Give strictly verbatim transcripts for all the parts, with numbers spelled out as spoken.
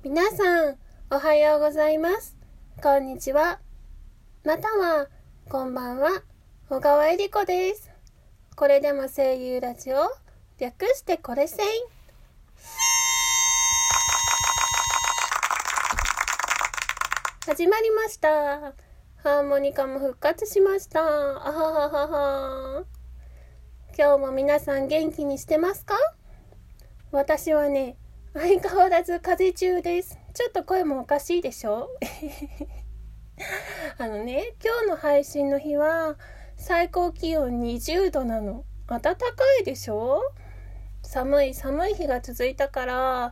皆さん、おはようございます。こんにちは。または、こんばんは。小川えり子です。これでも声優ラジオ、略してこれせい。始まりました。ハーモニカも復活しました。あはははは。今日も皆さん元気にしてますか？私はね、相変わらず風邪中です。ちょっと声もおかしいでしょあのね、今日の配信の日は最高気温にじゅうどなの。暖かいでしょ？寒い寒い日が続いたから、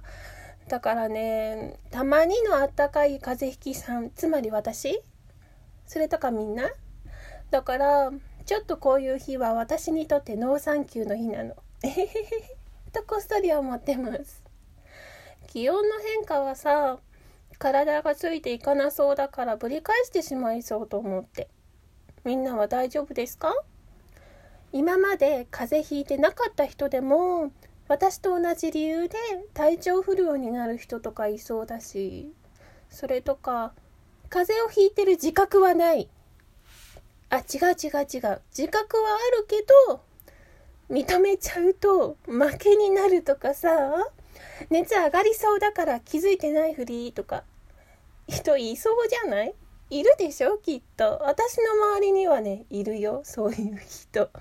だからね、たまにの暖かい風邪ひきさん、つまり私、それとかみんなだから、ちょっとこういう日は私にとってノーサンキューの日なのとこっそり思ってます。気温の変化はさ、体がついていかなそうだからぶり返してしまいそうと思って。みんなは大丈夫ですか？今まで風邪ひいてなかった人でも、私と同じ理由で体調不良になる人とかいそうだし、それとか風邪をひいてる自覚はない。あ、違う違う違う。自覚はあるけど、認めちゃうと負けになるとかさ、熱上がりそうだから気づいてないふりとか人いそうじゃない？いるでしょきっと。私の周りにはね、いるよ、そういう人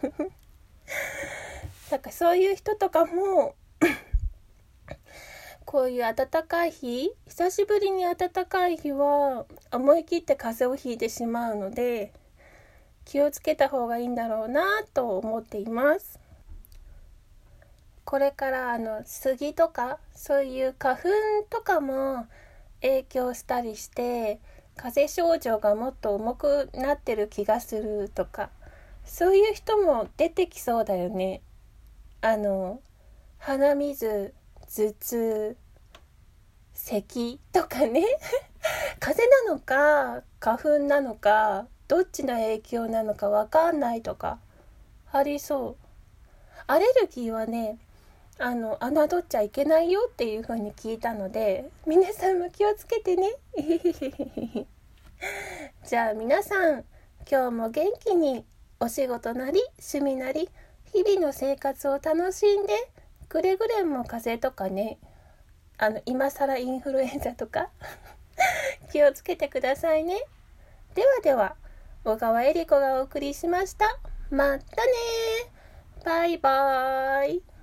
だからそういう人とかもこういう暖かい日、久しぶりに暖かい日は思い切って風邪をひいてしまうので、気をつけた方がいいんだろうなと思っています。これからあの杉とかそういう花粉とかも影響したりして、風邪症状がもっと重くなってる気がするとか、そういう人も出てきそうだよね。あの鼻水、頭痛、咳とかね風邪なのか花粉なのかどっちの影響なのかわかんないとかありそう。アレルギーはね、あの侮っちゃいけないよっていう風に聞いたので、皆さんも気をつけてねじゃあ皆さん、今日も元気にお仕事なり趣味なり日々の生活を楽しんで、くれぐれも風邪とかね、あの今更インフルエンザとか気をつけてくださいね。ではでは、小川えり子がお送りしました。またね、バイバーイ。